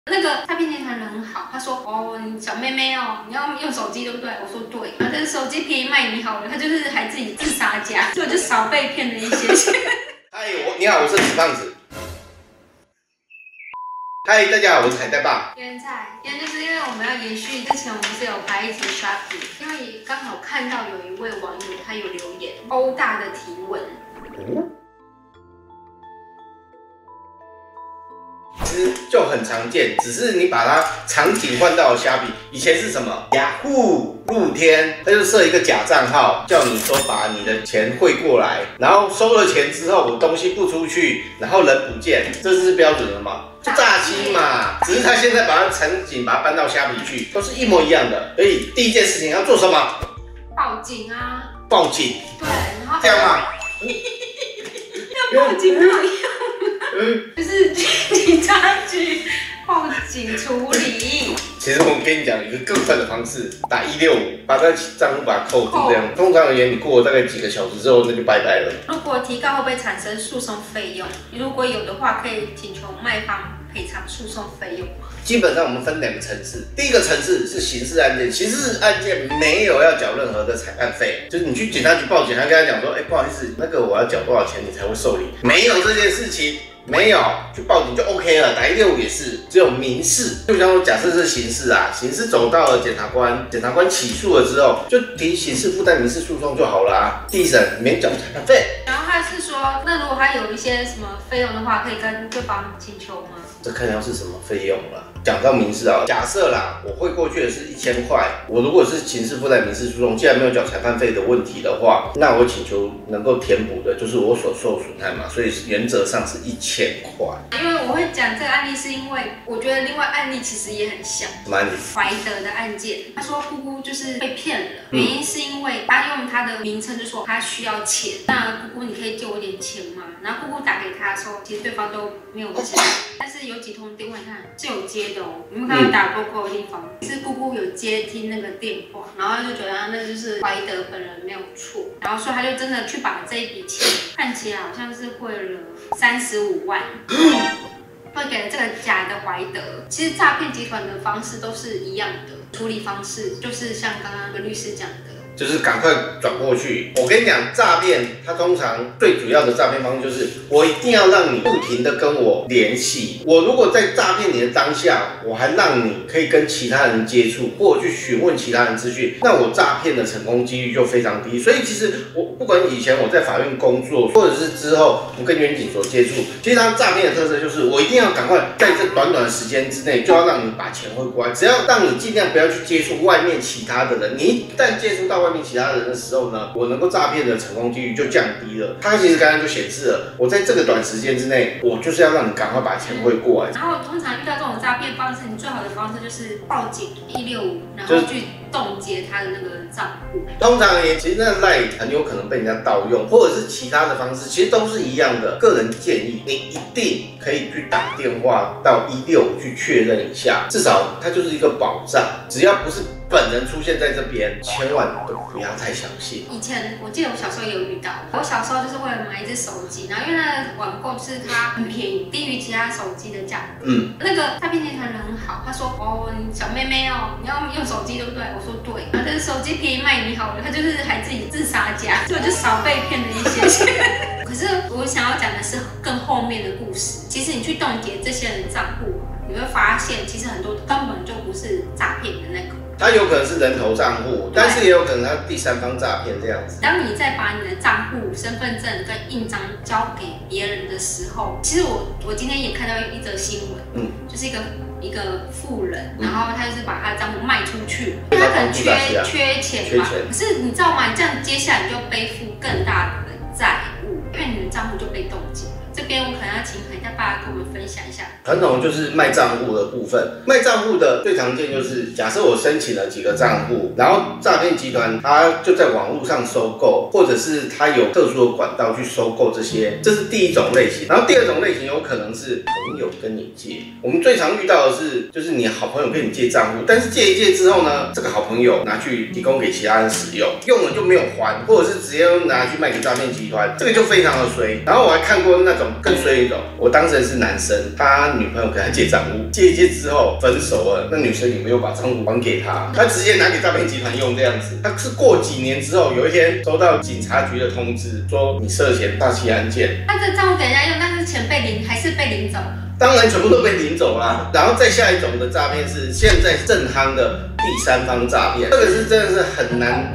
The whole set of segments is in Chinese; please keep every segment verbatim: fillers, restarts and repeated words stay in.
那个诈骗集团人很好，他说哦，你小妹妹哦，你要用手机对不对？我说对，啊，但是手机便宜卖你好了，他就是还自己自杀家，所以我就少被骗了一些些。 嗨，我你好，我是死胖子。嗨，大家好，我是海带爸。 原菜，今天就是因为我们要延续之前我们是有拍一集 shopping， 因为刚好看到有一位网友他有留言欧大的提问。 嗯其实就很常见，只是你把它场景换到了虾皮。以前是什么？雅虎露天，他就设一个假账号，叫你说把你的钱汇过来，然后收了钱之后，我东西不出去，然后人不见，这是标准的吗？就诈欺嘛。只是他现在把它场景把它搬到虾皮去，都是一模一样的。所以第一件事情要做什么？ 报警啊！ 报警。 对，然后这样嘛？ 要报警吗？嗯，就是警察局报警处理。 其实我跟你讲一个更笨的方式，打一六五，把那账户把它扣住，这样。通常而言，你过了大概几个小时之后，那就拜拜了。 如果提告会不会产生诉讼费用？如果有的话，可以请求卖方赔偿诉讼费用吗？ 基本上我们分两个层次，第一个层次是刑事案件，刑事案件没有要缴任何的裁判费，就是你去警察局报警，他跟他讲说，哎、欸，不好意思，那个我要缴多少钱你才会受理？没有这件事情。没有去报警就 OK 了，打一六五也是，只有民事。就像说，假设是刑事啊，刑事走到了检察官，检察官起诉了之后，就提刑事附带民事诉讼就好了啊。第一审免缴裁判费。 然后他是说，那如果他有一些什么费用的话，可以跟对方请求吗？ 这看要是什么费用了。讲到民事啊，假设啦，我汇过去的是一千块，我如果是刑事附带民事诉讼，既然没有缴裁判费的问题的话，那我请求能够填补的就是我所受损害嘛，所以原则上是一千块。 因为我会讲这个案例，是因为我觉得另外案例其实也很像。 什么案例？ 怀德的案件，他说姑姑就是被骗了，原因是因为他用他的名称就说他需要钱，那姑姑你可以借我点钱吗？然后姑姑打给他的时候，其实对方都没有钱，但是有几通电话看是有接的哦，你们看到打勾勾的地方，是姑姑有接听那个电话，然后就觉得那就是怀德本人没有错，然后所以他就真的去把这一笔钱看起来好像是汇了三十五万。会给了这个假的怀德，其实诈骗集团的方式都是一样的，处理方式就是像刚刚跟律师讲的， 就是赶快转过去。我跟你讲，诈骗它通常最主要的诈骗方式就是，我一定要让你不停的跟我联系。我如果在诈骗你的当下，我还让你可以跟其他人接触，或者去询问其他人资讯，那我诈骗的成功几率就非常低。所以其实我不管以前我在法院工作，或者是之后我跟远景所接触，其实它诈骗的特色就是我一定要赶快在这短短的时间之内，就要让你把钱汇过来。只要让你尽量不要去接触外面其他的人，你一旦接触到外面其他人的时候呢，我能够诈骗的成功几率就降低了。它其实刚刚就显示了，我在这个短时间之内，我就是要让你赶快把钱汇过来。 然后通常遇到这种诈骗方式，你最好的方式就是报警一六五，然后去冻结他的那个账户。 通常也其实那赖很有可能被人家盗用，或者是其他的方式，其实都是一样的。个人建议你一定可以去打电话到一六五去确认一下，至少它就是一个保障。只要不是本人出现在这边，千万都不要太相信。 以前我记得我小时候也有遇到，我小时候就是为了买一只手机，然后因为那个网购就是它很便宜，低于其他手机的价格。嗯，那个诈骗集团人很好，他说哦，你小妹妹哦，你要用手机对不对？我说对，啊，但是手机便宜卖你好了，他就是还自己自杀家，所以我就少被骗了一些些。可是我想要讲的是更后面的故事。其实你去冻结这些人的账户，你会发现其实很多根本就不是诈骗的那个。 它有可能是人头账户，但是也有可能它第三方诈骗这样子。 当你再把你的账户、身份证跟印章交给别人的时候，其实我我今天也看到一则新闻，嗯，就是一个一个富人，然后他就是把他的账户卖出去，因为他可能缺缺钱嘛。可是你知道吗？你这样接下来你就要背负更大的债务，因为你的账户就被冻结了。这边我可能要请海带爸跟我们分享一下。 传统就是卖账户的部分，卖账户的最常见就是假设我申请了几个账户，然后诈骗集团他就在网络上收购，或者是他有特殊的管道去收购这些，这是第一种类型。然后第二种类型有可能是朋友跟你借，我们最常遇到的是就是你好朋友跟你借账户，但是借一借之后呢，这个好朋友拿去提供给其他人使用，用了就没有还，或者是直接拿去卖给诈骗集团，这个就非常的衰。然后我还看过那种种更衰一种，我当事人是男生，他女朋友跟他借账户，借一借之后分手了，那女生也没有把账户还给他，他直接拿给诈骗集团用这样子。他是过几年之后，有一天收到警察局的通知，说你涉嫌诈欺案件。 他的账户给人家用，但是钱被领还是被领走了。 当然全部都被领走啦。然后再下一种的诈骗是现在正夯的第三方诈骗，这个是真的是很难。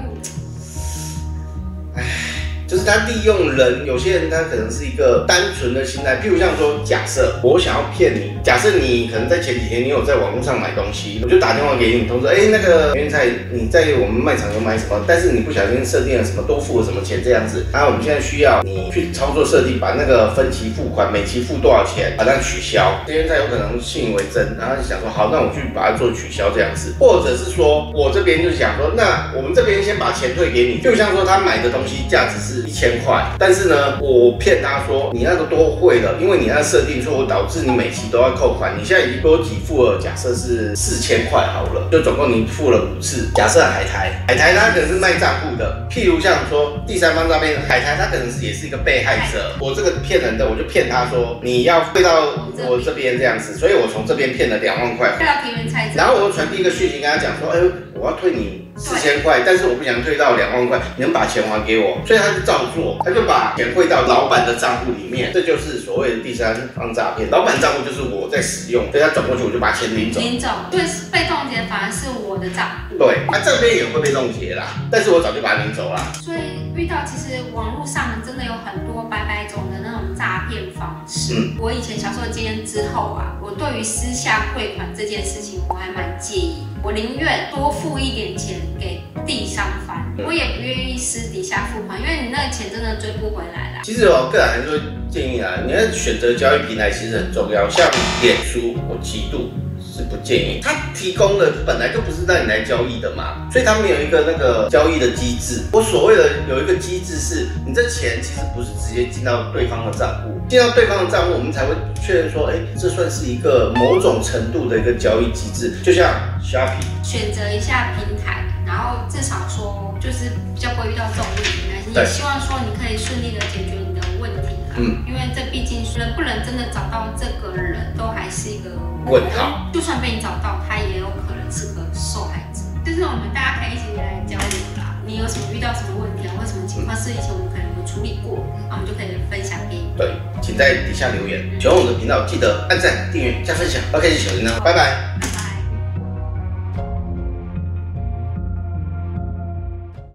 就是他利用人，有些人他可能是一个单纯的心态，譬如像说，假设我想要骗你，假设你可能在前几天你有在网络上买东西，我就打电话给你，通知，哎、欸，那个袁菜你在我们卖场有买什么，但是你不小心设定了什么多付了什么钱这样子，然后我们现在需要你去操作设定，把那个分期付款每期付多少钱，把它取消。袁菜有可能信以为真，然后就想说，好，那我去把它做取消这样子，或者是说我这边就想说，那我们这边先把钱退给你，就像说他买的东西价值是一千块，但是呢，我骗他说你那个多汇了，因为你那个设定错误导致你每期都要扣款，你现在已经多给付了，假设是四千块好了，就总共你付了五次。假设海苔，海苔它可能是卖账户的，譬如像说第三方诈骗，海苔它可能是也是一个被害者，我这个骗人的我就骗他说你要汇到我这边这样子，所以我从这边骗了两万块，然后我传递一个讯息跟他讲说，哎、欸，我要退你四千块，但是我不想退到两万块，你能把钱还给我？所以他就照做，他就把钱汇到老板的账户里面，这就是所谓的第三方诈骗。老板账户就是我在使用，所以他转过去我就把钱领走。 领走，对，被冻结反而是我的账户。 对，他、啊、这边也会被冻结啦，但是我早就把它领走啦。 所以遇到其实网络上真的有很多百百种的那种诈骗方式。嗯，我以前小时候经验之后啊，我对于私下汇款这件事情我还蛮介意。我宁愿多付一点钱给第三方，我也不愿意私底下付款，因为你那个钱真的追不回来啦。 其实我个人还是会建议啊，你要选择交易平台其实很重要，像脸书，我极度是不建议，它提供的本来就不是让你来交易的嘛，所以它没有一个那个交易的机制。我所谓的有一个机制是，你这钱其实不是直接进到对方的账户，进到对方的账户，我们才会确认说，哎、欸，这算是一个某种程度的一个交易机制，就像虾皮， 选择一下平台，然后至少说就是比较不会遇到这种问题，但是也希望说你可以顺利的解决你的问题啦。嗯，因为这毕竟能不能真的找到这个人，都还是一个问号。 就算被你找到，他也有可能是个受害者。就是我们大家可以一起来交流啦。你有什么遇到什么问题啊，或什么情况是以前我们可能有处理过，那我们就可以分享给你。 对，请在底下留言。喜欢我的频道，记得按赞、订阅、加分享，要开启小铃铛。拜拜。